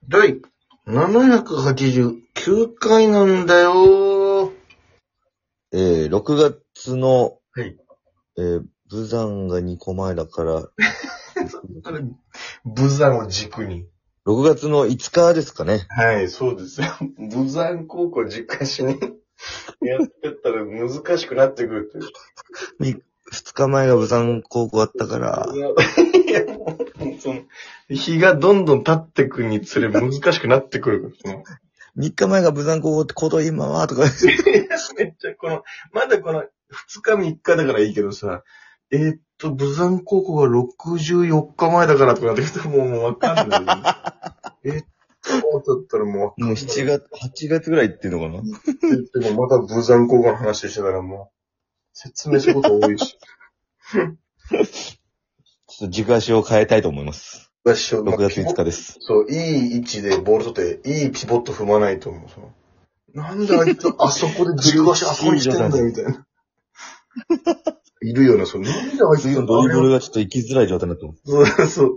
第789回なんだよ 6月の、 はい。 ブザンが2個前だから、 ブザンを軸に。 6月の5日ですかね。 はい、そうですよ。ブザン高校実家しにやってったら難しくなってくるっていう。 2日前がブザン高校あったから、 いや、もうその、日がどんどん経ってくにつれ難しくなってくる。 3日前がブザン高校ってこと今はとか。 めっちゃまだこの2日3日だからいいけどさ、ブザン高校が64日前だからとかなってきたらもうわかんない。だったらもうわかんない。 もう7月、8月ぐらいっていうのかな。 でもまたブザン高校の話してたらもう、説明すること多いし。 ちょっと軸足を変えたいと思います。6月5日です。 そう、いい位置でボール取って、いいピボット踏まないと思う。なんであいつ、あそこで軸足あそこにしてんだよ、みたいな。いるよな、そう。なんであいつ、 次のドリブルがちょっと行きづらい状態になってます。 そうそう。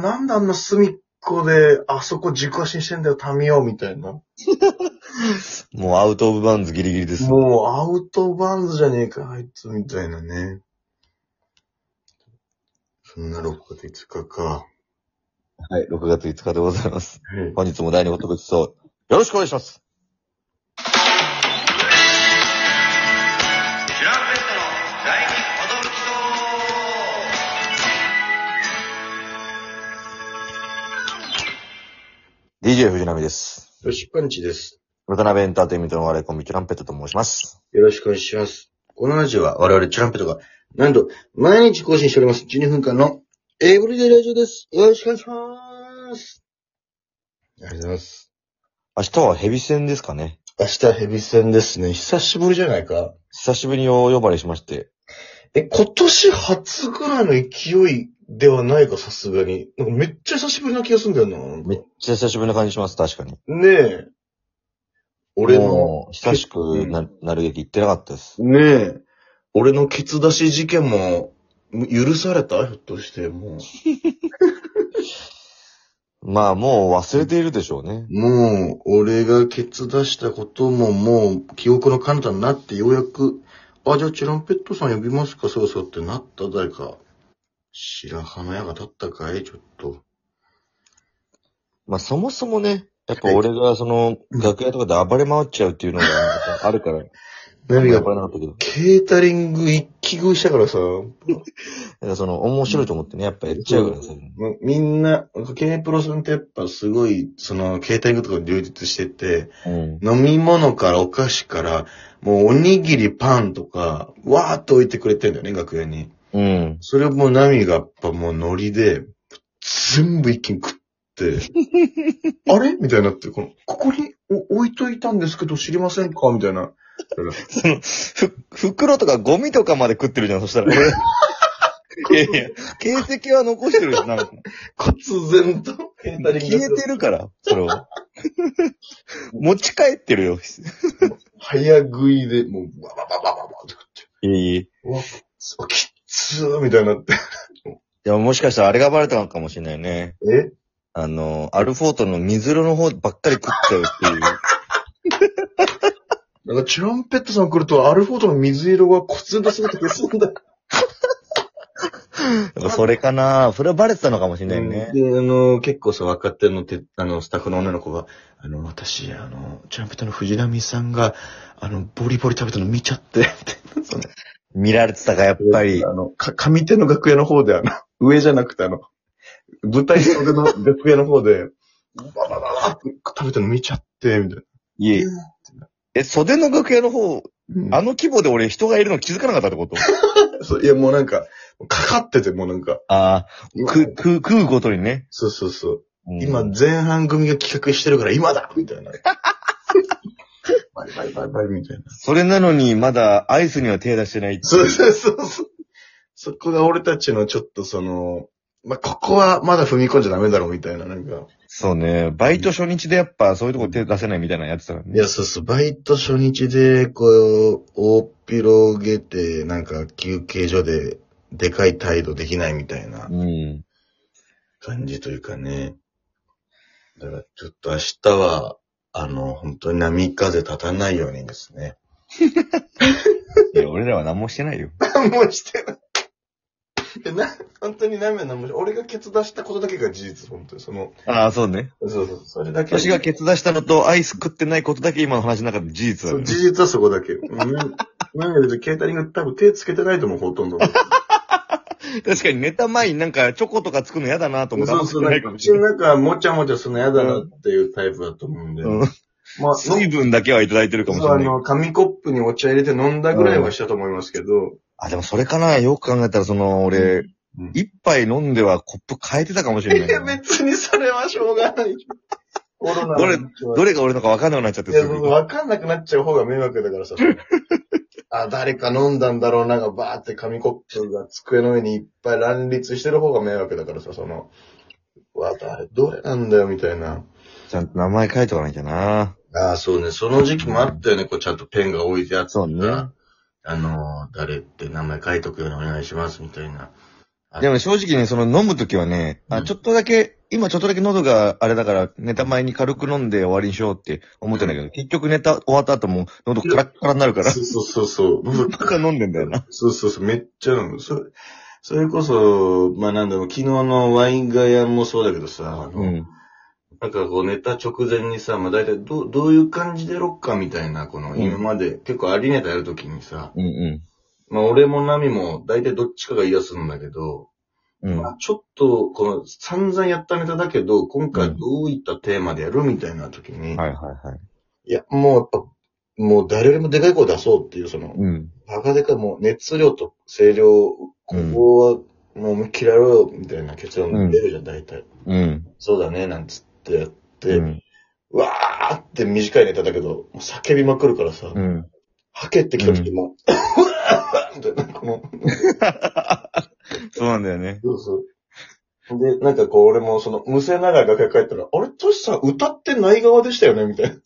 なんであんな隅っこで、あそこ軸足にしてんだよ、タミオ、みたいな。 もうアウトオブバウンズギリギリです。 もうアウトバウンズじゃねえか、あいつ、みたいなね。そんな6月5日か。 はい、6月5日でございます。 はい。 本日も第2ご特別よろしくお願いします。DJ 藤波です。 よしパンチです。 渡辺エンターテインメントの笑いコンビチュランペットと申します。 よろしくお願いします。このラジオは我々チュランペットが、なんと、毎日更新しております。12分間のエブリデイラジオです。よろしくお願いします。ありがとうございます。 明日はヘビ戦ですかね。 明日ヘビ戦ですね。久しぶりじゃないか。 久しぶりにお呼ばれしまして。 今年初ぐらいの勢いではないか、さすがに。なんかめっちゃ久しぶりな気がするんだよな。 めっちゃ久しぶりな感じします、確かに。 ねえ。俺の。 もう、久しくなる劇行ってなかったです。 ねえ。俺のケツ出し事件も、許されたひょっとして、もう。 まあ、もう忘れているでしょうね。 もう、俺がケツ出したことももう、記憶の彼方になってようやく、じゃあチュランペットさん呼びますか、そうそうってなった誰か。白羽の矢が立ったかいちょっと。 まあ、そもそもね、やっぱ俺がその、楽屋とかで暴れ回っちゃうっていうのがあるから。 何が、 暴れなかったけど。 ケータリング一気食いしたからさ。 だからその、面白いと思ってね、やっぱやっちゃうからさ。 みんな、K プロさんってやっぱすごい、その、ケータリングとか充実してて、飲み物からお菓子から、もうおにぎりパンとか、わーっと置いてくれてんだよね、楽屋に。それをもうナミがやっぱもうノリで、全部一気に食って、あれみたいになって、ここに置いといたんですけど知りませんかみたいな。 その、袋とかゴミとかまで食ってるじゃん、そしたら。俺いやいや、形跡は残してるし、なんか。 忽然とケータリング消えてるから、それを。持ち帰ってるよ。 早食いで、もう、ババババババって食って。 いい。 うわ、きっつーみたいになって。 いや、もしかしたらあれがバレたのかもしれないね。 えアルフォートの水色の方ばっかり食っちゃうっていう。 なんか、チュランペットさん来ると、アルフォートの水色がコツンとすると消すんだ。 それかなそれはバレてたのかもしれないね。 で、結構さ、若手のスタッフの女の子が、私、チュランペットの藤波さんが、ボリボリ食べたの見ちゃって、 見られてたか、やっぱり。 上手の楽屋の方で、上じゃなくて、舞台袖の楽屋の方で、ババババって食べたの見ちゃって、みたいな。 いえ。袖の楽屋の方、あの規模で俺人がいるの気づかなかったってことそう、いやもうなんか、かかっててもうなんか。 ああ、食うごとにね。 そう。今前半組が企画してるから今だみたいな。バイみたいな。 それなのにまだアイスには手出してないって。 そう。そこが俺たちのちょっとここはまだ踏み込んじゃダメだろみたいな、なんか。 そうね。バイト初日でやっぱそういうとこ手出せないみたいなやつだからね。 いや、そう。バイト初日で、大っ広げて、なんか休憩所ででかい態度できないみたいな。感じというかね。 だからちょっと明日は、本当に波風立たないようにですね。 いや、俺らは何もしてないよ。 何もしてない。本当に何も俺がケツ出したことだけが事実、本当に。 ああ、そうね。 そう、それだけ。 私がケツ出したのとアイス食ってないことだけ今の話の中で事実だそう、 よね。 事実はそこだけ。なんか別にケータリング多分手つけてないと思う、ほとんど。 確かにネタ前になんかチョコとかつくの嫌だなと思ってそう、口の中もちゃもちゃするの嫌だなっていうタイプだと思うんで。 まあ、水分だけはいただいてるかもしれない。 紙コップにお茶入れて飲んだぐらいはしたと思いますけど。 あ、でもそれかな。よく考えたら俺、一杯飲んではコップ変えてたかもしれない。 いや、別にそれはしょうがない。コロナどれが俺のか分かんなくなっちゃっていや、分かんなくなっちゃう方が迷惑だからさ。誰か飲んだんだろうながバーって紙コップが机の上にいっぱい乱立してる方が迷惑だからさ、どれなんだよみたいな。 ちゃんと名前書いておかなきゃな。 ああ、そうね。その時期もあったよね。ちゃんとペンが置いてあった。 そうね。 誰って名前書いとくようにお願いしますみたいな。 でも正直ね、飲むときはね、ちょっとだけ喉があれだから、ネタ前に軽く飲んで終わりにしようって思ってんだけど、結局ネタ終わった後も喉カラッカラになるから。 そう。 喉か飲んでんだよな。 そう、めっちゃ飲む。それこそ、昨日のワインガヤもそうだけどさ、なんかネタ直前にさ、大体どういう感じでロッカーみたいな、今まで、結構ありネタやるときにさ、俺もナミも大体どっちかが言い出すんだけど、ちょっと、散々やったネタだけど、今回どういったテーマでやるみたいなときに、いや、もうやっぱ、もう誰よりもでかい声出そうっていう、バカでかいもう熱量と声量、ここはもう思いっきりやろうよ、みたいな結論出るじゃん、大体。そうだね、なんつってやって、うわーって短いネタだけど、もう叫びまくるからさ、はけってきた時も、うわーみたいな、 そうなんだよね。 そう。で、俺もむせながら楽屋帰ったら、あれ、トシさん歌ってない側でしたよねみたいな。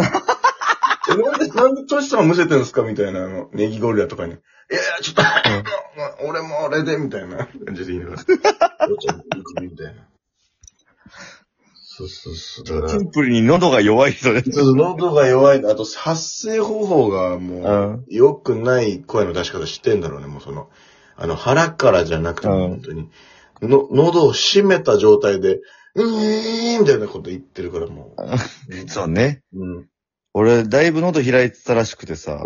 なんでトシさんはむせてるんですかみたいな、ネギゴリラとかに。いや、ちょっと、俺も俺で、みたいな感じで言いながら。みたいな。そう。 シンプルに喉が弱い人で。 そう、喉が弱い。あと、発声方法がもう、良くない声の出し方してんだろうね。もう腹からじゃなくても、本当に。喉を閉めた状態で、みたいなこと言ってるからもう。そうね。俺、だいぶ喉開いてたらしくてさ。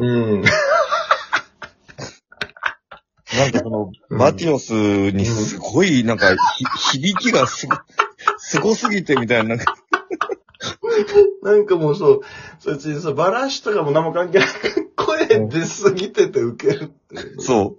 なんかマティオスにすごい、響きがすごすぎてみたいな。 なんかもうそいつにさ、バラシとかも何も関係ない。声出すぎててウケるっていう。 そう。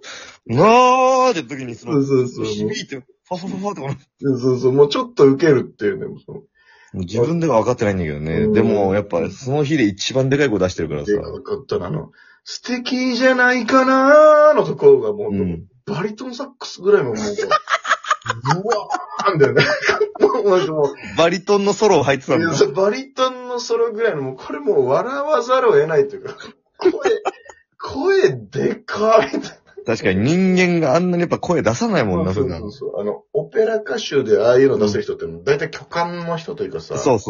なーって時にそう。 響いて、ファファファファってこの。そう。もうちょっとウケるっていうね。 自分では分かってないんだけどね。でも、やっぱ、その日で一番でかい声出してるからさ。 でかかったな、素敵じゃないかなーのところがもう、バリトンサックスぐらいもう、うわーんだよね。もうバリトンのソロを入ってたんだ。 バリトンのソロぐらいの、これもう笑わざるを得ないというか、声でかいみたいな。 確かに人間があんなにやっぱ声出さないもんな、 そう。オペラ歌手でああいうの出せる人って、大体巨漢の人というかさ。そう。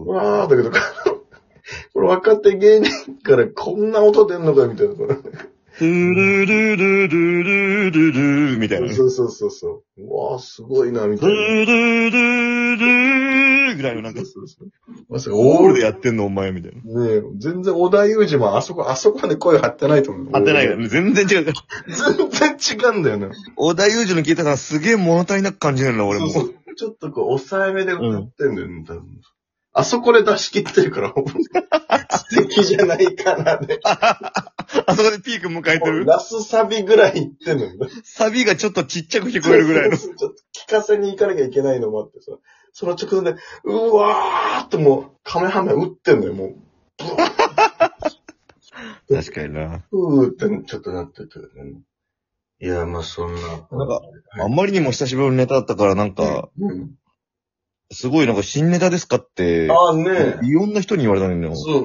わー、だけど、これ若手芸人からこんな音出んのかみたいな。 ルルルルルルルルみたいな。 そう。うわー、すごいな、みたいな。 ルルルルぐらいのそう。 まさかオールでやってんのお前みたいな。 ねえ、全然小田裕二もあそこまで声張ってないと思う。 張ってないからね。全然違うから。 全然違うんだよな。 小田裕二の聞いたからすげえ物足りなく感じるんだ、俺も。 そう。ちょっと抑えめで歌ってんだよね、多分。あそこで出し切ってるから、素敵じゃないかなで。 あそこでピーク迎えてるラスサビぐらいいってんのよ。 サビがちょっとちっちゃく聞こえるぐらいの。 ちょっと聞かせに行かなきゃいけないのもあってさ。その直前で、うわーってもう、カメハメ打ってんのよ、もう。 確かにな。 ってちょっとなってて、ね。いや、そんな。 あんまりにも久しぶりのネタだったからすごい新ネタですかって。 ああね。 いろんな人に言われたんだよ。 そう、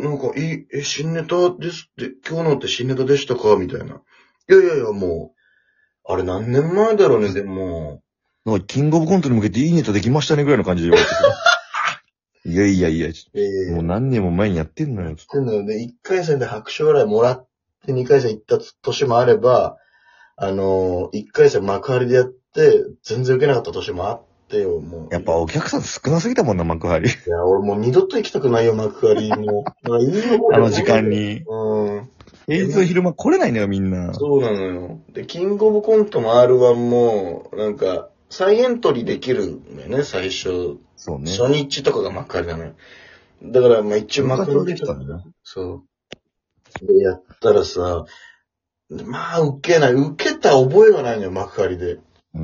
新ネタですって、今日のって新ネタでしたかみたいな。いや、もう、あれ何年前だろうね、でも。 キングオブコントに向けていいネタできましたねぐらいの感じで言われていやいやいや、 えもう何年も前にやってんのよ。 ってんのよ。で、1回戦で拍手笑いもらって2回戦行った年もあれば、1回戦幕張でやって、全然受けなかった年もあってよ、もう。 やっぱお客さん少なすぎたもんな、幕張。 いや、俺もう二度と行きたくないよ、幕張も。だからいいよ、 あの時間に。 うん。 平日の昼間来れないのよ、みんな。 そうなのよ。で、キングオブコントも R1 も、なんか、再エントリーできるんだよね、最初。 そうね。 初日とかが幕張なのよ。だから、まあ一応幕張できたんだね。 そう。で、やったらさ、まあ、受けない。受けた覚えがないのよ、幕張で。 うん。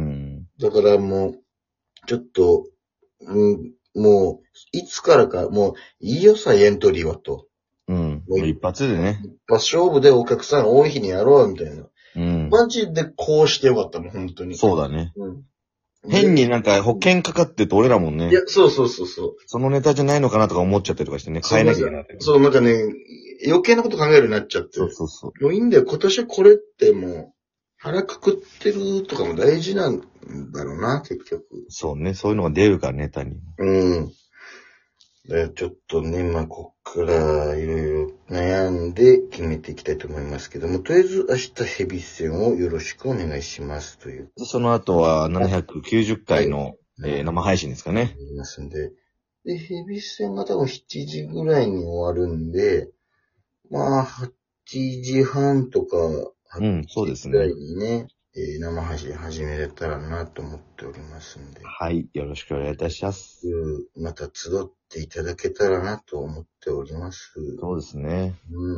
だからもう、ちょっと、もう、いつからか、もう、いいよ、再エントリーはと。 うん。もう一発でね。 一発勝負でお客さん多い日にやろう、みたいな。 うん。 マジでこうしてよかったもん、本当に。 そうだね。 うん。 変になんか保険かかってると俺らもんね。 いや、そうそうそうそう。 そのネタじゃないのかなとか思っちゃったりとかしてね、変えなきゃいけない。 そう、なんかね、余計なこと考えるようになっちゃって。 そうそうそう。 もういいんだよ、今年これってもう、腹くくってるとかも大事なんだろうな、結局。 そうね、そういうのが出るから、ネタに。 うん。で、ちょっとね、まあ、こっからいろいろ悩んで決めていきたいと思いますけども、とりあえず明日ヘビ戦をよろしくお願いしますという。 その後は790回の、生配信ですかね。 いますんで。で、ヘビ戦が多分7時ぐらいに終わるんで、まあ、8時半とか、 うん、そうですぐらいね。 にね、生配信始めれたらなと思っておりますんで。 はい、よろしくお願いいたします。 また集っていただけたらなと思っております。 そうですね。 うん。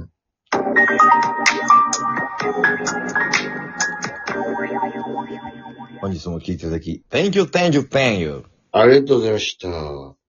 本日も聞いていただき、Thank you, thank you, thank you. ありがとうございました。